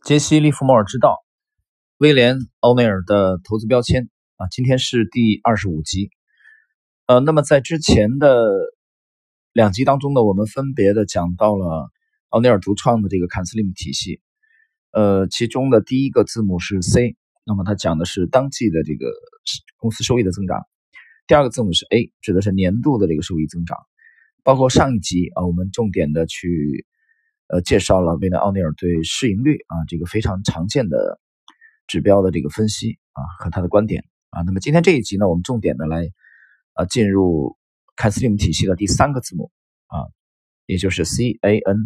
杰西·利弗莫尔之道，威廉·欧内尔的投资标签今天是第25集。那么在之前的2集当中呢，我们分别的讲到了欧内尔独创的这个坎斯利姆体系。其中的第一个字母是 C， 那么它讲的是当季的这个公司收益的增长。第二个字母是 A， 指的是年度的这个收益增长。包括上一集我们重点的去介绍了威廉·奥尼尔对市盈率这个非常常见的指标的这个分析和他的观点那么今天这一集呢，我们重点的来进入坎斯利姆体系的第3个字母也就是 CANSLIM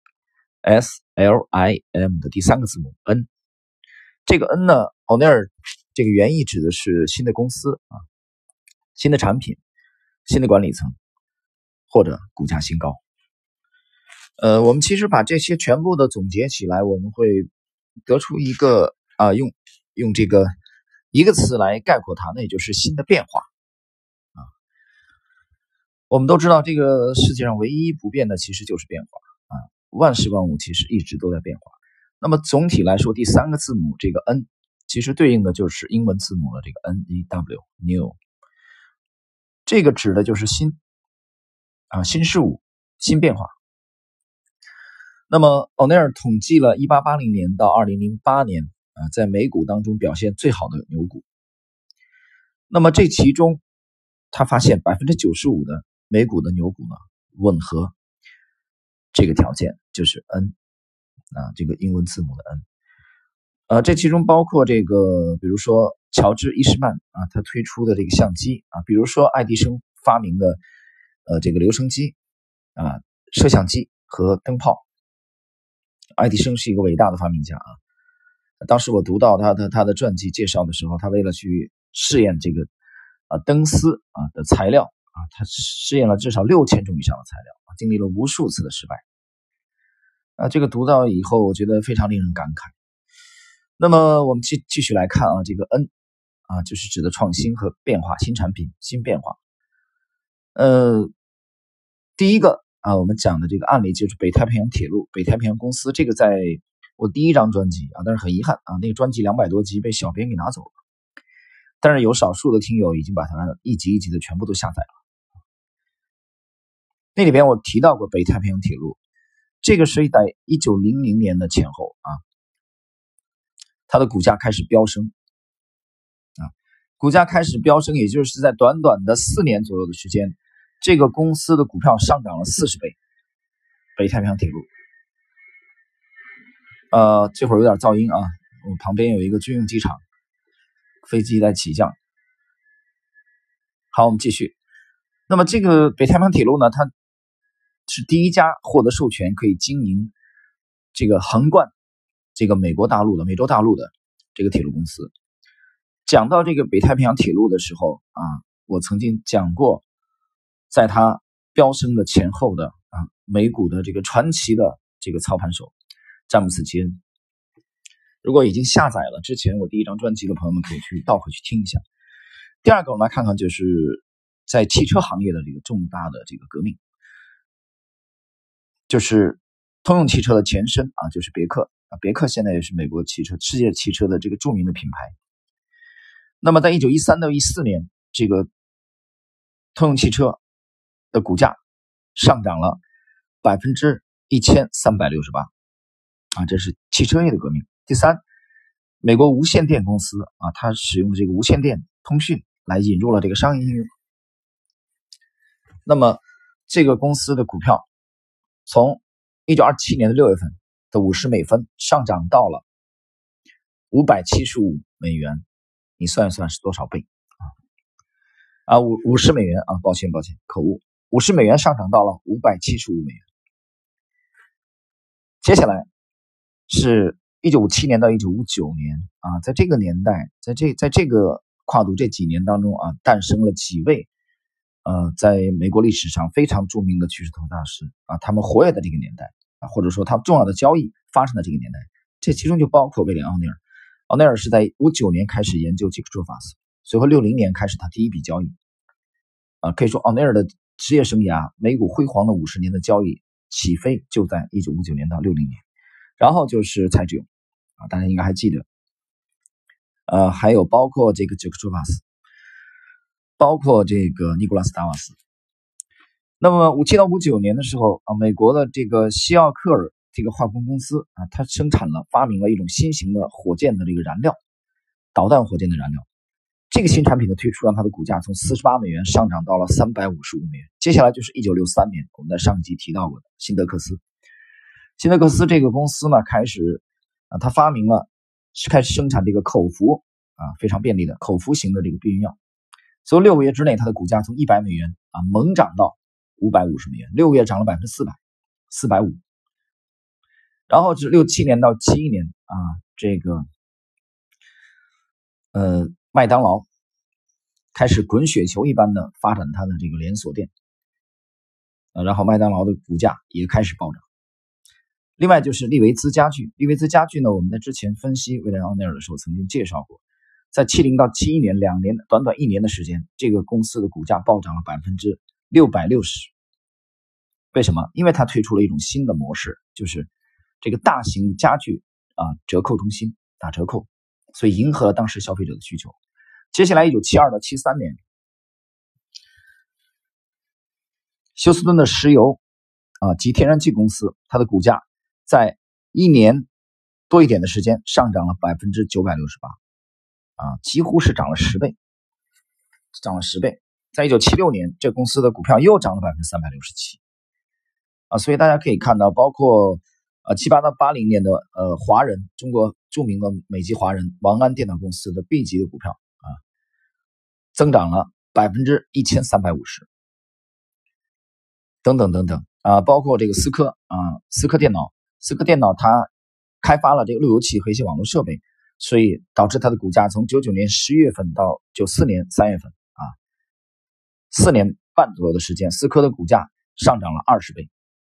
的第3个字母 N。这个 N 呢，奥尼尔这个原意指的是新的公司新的产品、新的管理层或者股价新高。我们其实把这些全部的总结起来，我们会得出一个用这个一个词来概括它，那也就是新的变化我们都知道这个世界上唯一不变的其实就是变化万事万物其实一直都在变化。那么总体来说，第3个字母这个 N 其实对应的就是英文字母的这个 NEW New， 这个指的就是新事物、新变化。那么欧内尔统计了1880年到2008年在美股当中表现最好的牛股。那么这其中他发现 95% 的美股的牛股呢吻合这个条件，就是 N 这个英文字母的 N。这其中包括这个比如说乔治·伊什曼他推出的这个相机比如说爱迪生发明的这个留声机摄像机和灯泡。爱迪生是一个伟大的发明家当时我读到他的传记介绍的时候，他为了去试验这个灯丝的材料他试验了至少6000种以上的材料经历了无数次的失败这个读到以后我觉得非常令人感慨。那么我们继续来看这个 N 就是指的创新和变化，新产品、新变化。第一个我们讲的这个案例就是北太平洋铁路、北太平洋公司，这个在我第1张专辑但是很遗憾那个专辑200多集被小编给拿走了，但是有少数的听友已经把它一集一集的全部都下载了。那里边我提到过北太平洋铁路，这个是在1900年的前后它的股价开始飙升股价开始飙升，也就是在短短的4年左右的时间，这个公司的股票上涨了40倍。北太平洋铁路这会儿有点噪音我旁边有一个军用机场，飞机在起降。好，我们继续。那么这个北太平洋铁路呢，它是第一家获得授权可以经营这个横贯这个美洲大陆的这个铁路公司。讲到这个北太平洋铁路的时候我曾经讲过在它飙升的前后的美股的这个传奇的这个操盘手詹姆斯·基恩。如果已经下载了之前我第1张专辑的朋友们，可以去倒回去听一下。第二个我们来看看就是在汽车行业的这个重大的这个革命，就是通用汽车的前身就是别克别克现在也是美国世界汽车的这个著名的品牌。那么在1913到14年，这个通用汽车的股价上涨了 1368%这是汽车业的革命。第3，美国无线电公司它使用这个无线电通讯来引入了这个商业应用。那么这个公司的股票从1927年的6月份的50美分上涨到了575美元，你算一算是多少倍50美元抱歉口误，50美元上涨到了575美元。接下来是1957年到1959年在这个年代，在这个跨度这几年当中诞生了几位在美国历史上非常著名的趋势投资大师他们活跃的这个年代或者说他们重要的交易发生的这个年代，这其中就包括威廉·奥尼尔。奥尼尔是在59年开始研究基础法则，随后60年开始他第一笔交易可以说奥尼尔的职业生涯美股辉煌的50年的交易起飞就在1959年到60年。然后就是蔡志勇啊，大家应该还记得。还有包括这个杰克·朱瓦斯，包括这个尼古拉斯·达瓦斯。那么57到59年的时候啊，美国的这个西奥克尔这个化工公司啊，它发明了一种新型的火箭的这个燃料，导弹火箭的燃料。这个新产品的推出，让它的股价从48美元上涨到了355美元。接下来就是1963年，我们在上一集提到过的辛德克斯。辛德克斯这个公司呢，开始生产这个口服啊，非常便利的口服型的这个避孕药。所以6个月之内，它的股价从100美元啊猛涨到550美元，6个月涨了400%，450。然后是67年到71年啊，这个麦当劳开始滚雪球一般的发展它的这个连锁店，然后麦当劳的股价也开始暴涨。另外就是利维兹家具，利维兹家具呢，我们在之前分析威廉奥尼尔的时候曾经介绍过，在70到71年短短1年的时间，这个公司的股价暴涨了660%。为什么？因为它推出了一种新的模式，就是这个大型家具啊折扣中心打折扣，所以迎合了当时消费者的需求。接下来1972到73年，休斯敦的石油及天然气公司，它的股价在1年多一点的时间上涨了968%啊，几乎是涨了10倍，在1976年，这公司的股票又涨了367%啊，所以大家可以看到，包括78到80年的中国著名的美籍华人王安电脑公司的 B 级的股票啊，增长了1350%，等等等等啊，包括这个思科电脑它开发了这个路由器和一些网络设备，所以导致它的股价从99年11月份到94年3月份啊，4年半左右的时间，思科的股价上涨了20倍。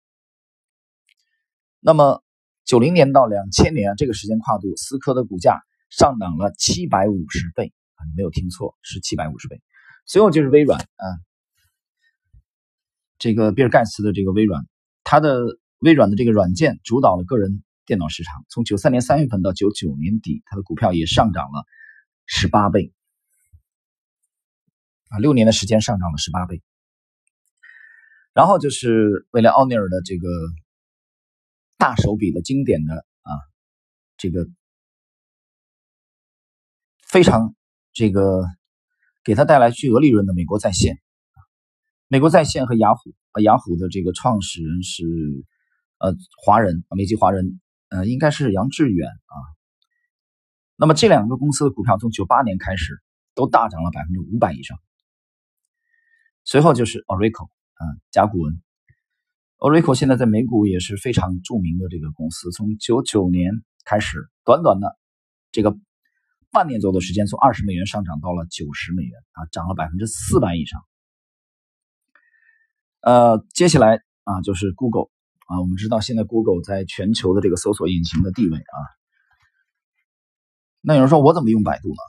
那么90年到2000年这个时间跨度，思科的股价上涨了750倍啊，你没有听错，是750倍。随后就是微软啊，这个比尔盖茨的这个微软，它的微软的这个软件主导了个人电脑市场，从93年3月份到99年底，它的股票也上涨了18倍啊，6年的时间上涨了18倍。然后就是威廉奥尼尔的这个大手笔的经典的这个非常这个给他带来巨额利润的美国在线。美国在线和雅虎的这个创始人是华人，美籍华人，应该是杨致远啊。那么这两个公司的股票从98年开始都大涨了500%以上。随后就是 Oracle 甲骨文。Oracle 现在在美股也是非常著名的这个公司，从99年开始，短短的这个半年左右的时间，从20美元上涨到了90美元啊，涨了400%以上。接下来就是 Google 啊，我们知道现在 Google 在全球的这个搜索引擎的地位啊。那有人说我怎么用百度呢？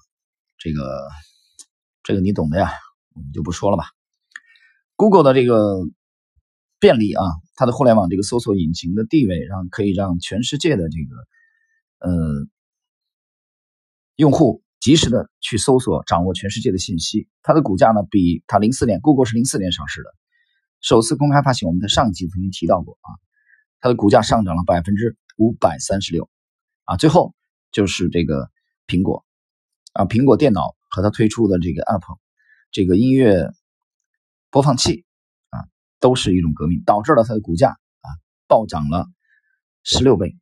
这个你懂的呀，我们就不说了吧。Google 的这个便利啊，它的互联网这个搜索引擎的地位，可以让全世界的这个用户及时的去搜索，掌握全世界的信息。它的股价呢，比它Google 是04年上市的，首次公开发行，我们在上一集曾经提到过啊，它的股价上涨了536%啊。最后就是这个苹果啊，苹果电脑和它推出的这个 Apple 这个音乐播放器啊，都是一种革命，导致了它的股价暴涨了16倍。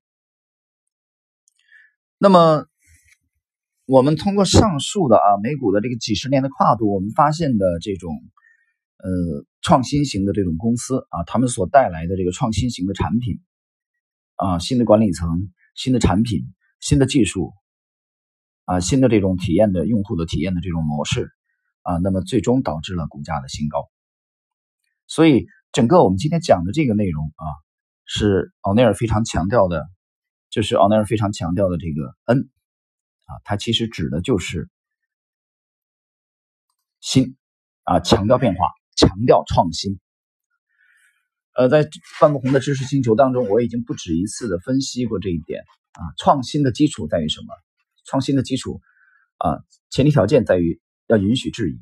那么我们通过上述的美股的这个几十年的跨度，我们发现的这种创新型的这种公司啊，他们所带来的这个创新型的产品啊，新的管理层、新的产品、新的技术啊，新的这种用户的体验的这种模式啊，那么最终导致了股价的新高。所以整个我们今天讲的这个内容啊，是奥尼尔非常强调的，就是奥尼尔非常强调的这个 N 啊，它其实指的就是新啊，强调变化，强调创新。在范国红的知识星球当中，我已经不止一次的分析过这一点创新的基础在于什么？创新的基础前提条件在于要允许质疑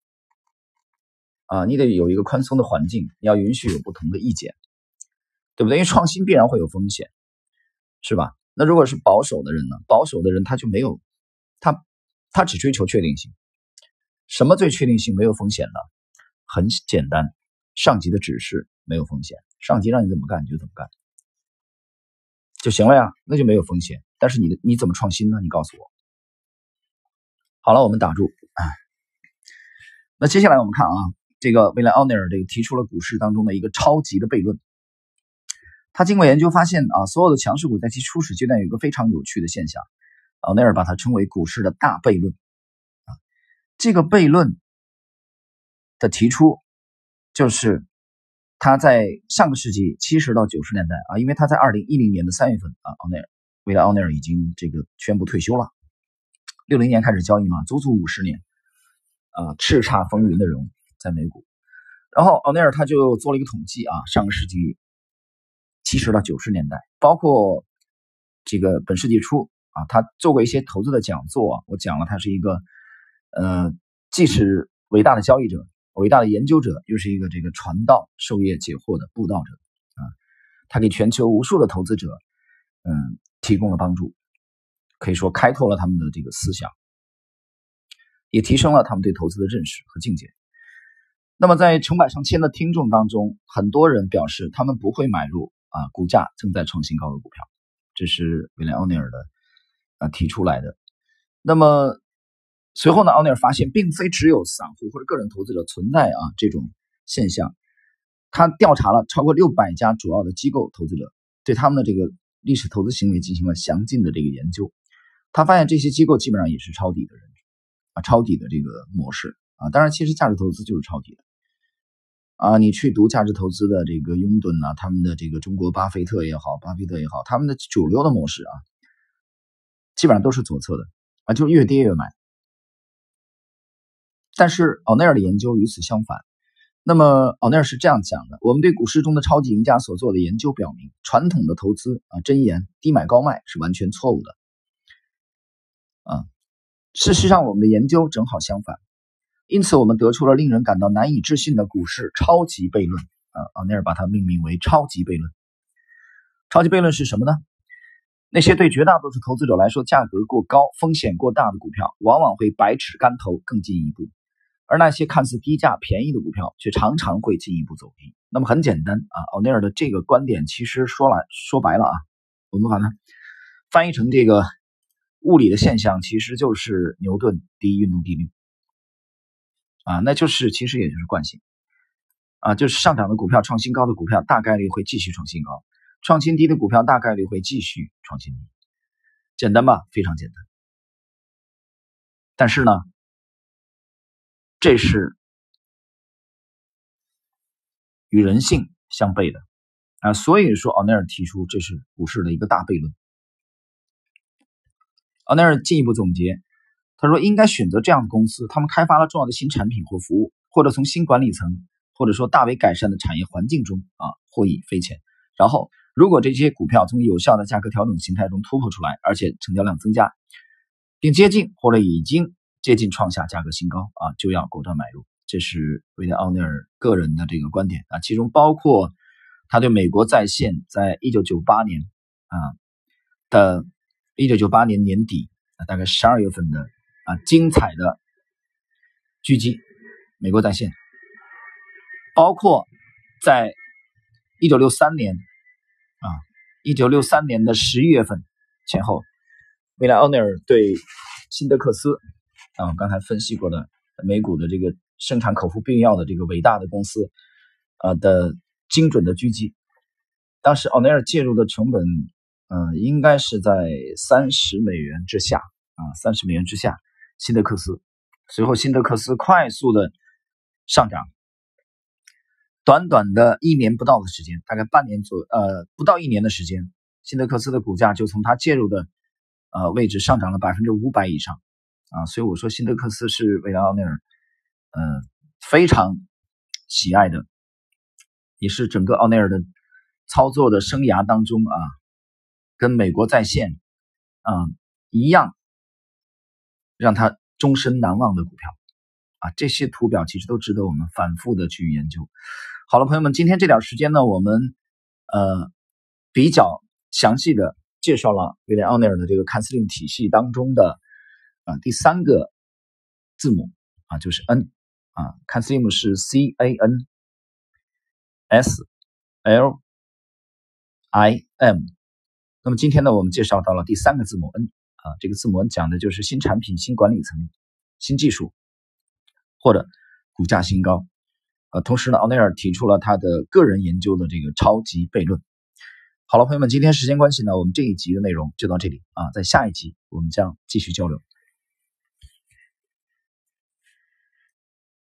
你得有一个宽松的环境，你要允许有不同的意见，对不对？因为创新必然会有风险，是吧？那如果是保守的人呢？保守的人他就没有，他只追求确定性。什么最确定性没有风险呢？很简单，上级的指示没有风险，上级让你怎么干你就怎么干就行了呀，那就没有风险。但是你怎么创新呢？你告诉我。好了，我们打住。那接下来我们看这个威廉奥尼尔这个提出了股市当中的一个超级的悖论。他经过研究发现所有的强势股在其初始阶段有一个非常有趣的现象，奥尼尔把它称为股市的大悖论。这个悖论的提出就是他在上个世纪70到90年代因为他在2010年的3月份威廉奥尼尔已经这个宣布退休了，60年开始交易嘛，足足50年叱咤风云的人物在美股。然后奥尼尔他就做了一个统计上个世纪70到90年代，包括这个本世纪初他做过一些投资的讲座我讲了他是一个既是伟大的交易者、伟大的研究者，又是一个这个传道授业解惑的布道者他给全球无数的投资者提供了帮助，可以说开拓了他们的这个思想，也提升了他们对投资的认识和境界。那么在成百上千的听众当中，很多人表示他们不会买入股价正在创新高的股票，这是威廉奥尼尔的提出来的。那么随后呢，奥尼尔发现并非只有散户或者个人投资者存在这种现象。他调查了超过600家主要的机构投资者，对他们的这个历史投资行为进行了详尽的这个研究。他发现这些机构基本上也是抄底的人抄底的这个模式当然其实价值投资就是抄底的你去读价值投资的这个拥趸他们的这个中国巴菲特也好，他们的主流的模式基本上都是左侧的就越跌越买。但是奥尼尔的研究与此相反。那么奥尼尔是这样讲的：我们对股市中的超级赢家所做的研究表明，传统的投资箴言低买高卖是完全错误的事实上我们的研究正好相反。因此我们得出了令人感到难以置信的股市超级悖论奥尼尔把它命名为超级悖论。超级悖论是什么呢？那些对绝大多数投资者来说价格过高、风险过大的股票，往往会百尺竿头更进一步，而那些看似低价便宜的股票却常常会进一步走低。那么很简单奥尼尔的这个观点其实说白了我们把它翻译成这个物理的现象，其实就是牛顿第一运动定律那就是其实也就是惯性就是上涨的股票、创新高的股票大概率会继续创新高，创新低的股票大概率会继续创新低。简单吧？非常简单。但是呢，这是与人性相悖的所以说奥尼尔提出这是股市的一个大悖论。奥尼尔进一步总结，他说应该选择这样的公司，他们开发了重要的新产品或服务，或者从新管理层或者说大为改善的产业环境中获益匪浅。然后如果这些股票从有效的价格调整形态中突破出来，而且成交量增加，并接近或者已经接近创下价格新高就要果断买入。这是威廉奥尼尔个人的这个观点其中包括他对美国在线在1998年1998年年底大概12月份的精彩的狙击美国在线，包括在1963年的11月份前后，威廉奥尼尔对辛德克斯我刚才分析过的美股的这个生产口服避孕药的这个伟大的公司的精准的狙击。当时奥尼尔介入的成本应该是在$30之下$30之下。辛德克斯随后辛德克斯快速的上涨，短短的1年不到的时间，大概半年不到1年的时间，辛德克斯的股价就从他介入的位置上涨了500%以上所以我说辛德克斯是威廉奥尼尔非常喜爱的，也是整个奥尼尔的操作的生涯当中跟美国在线一样让他终身难忘的股票这些图表其实都值得我们反复的去研究。好了，朋友们，今天这点时间呢，我们比较详细的介绍了威廉奥尼尔的这个看似令体系当中的第3个字母就是 N 看似令是 CANSLIM。那么今天呢，我们介绍到了第3个字母 N 这个字母 N 讲的就是新产品、新管理层、新技术或者股价新高。同时呢，奥内尔提出了他的个人研究的这个超级悖论。好了，朋友们，今天时间关系呢，我们这一集的内容就到这里在下一集我们将继续交流。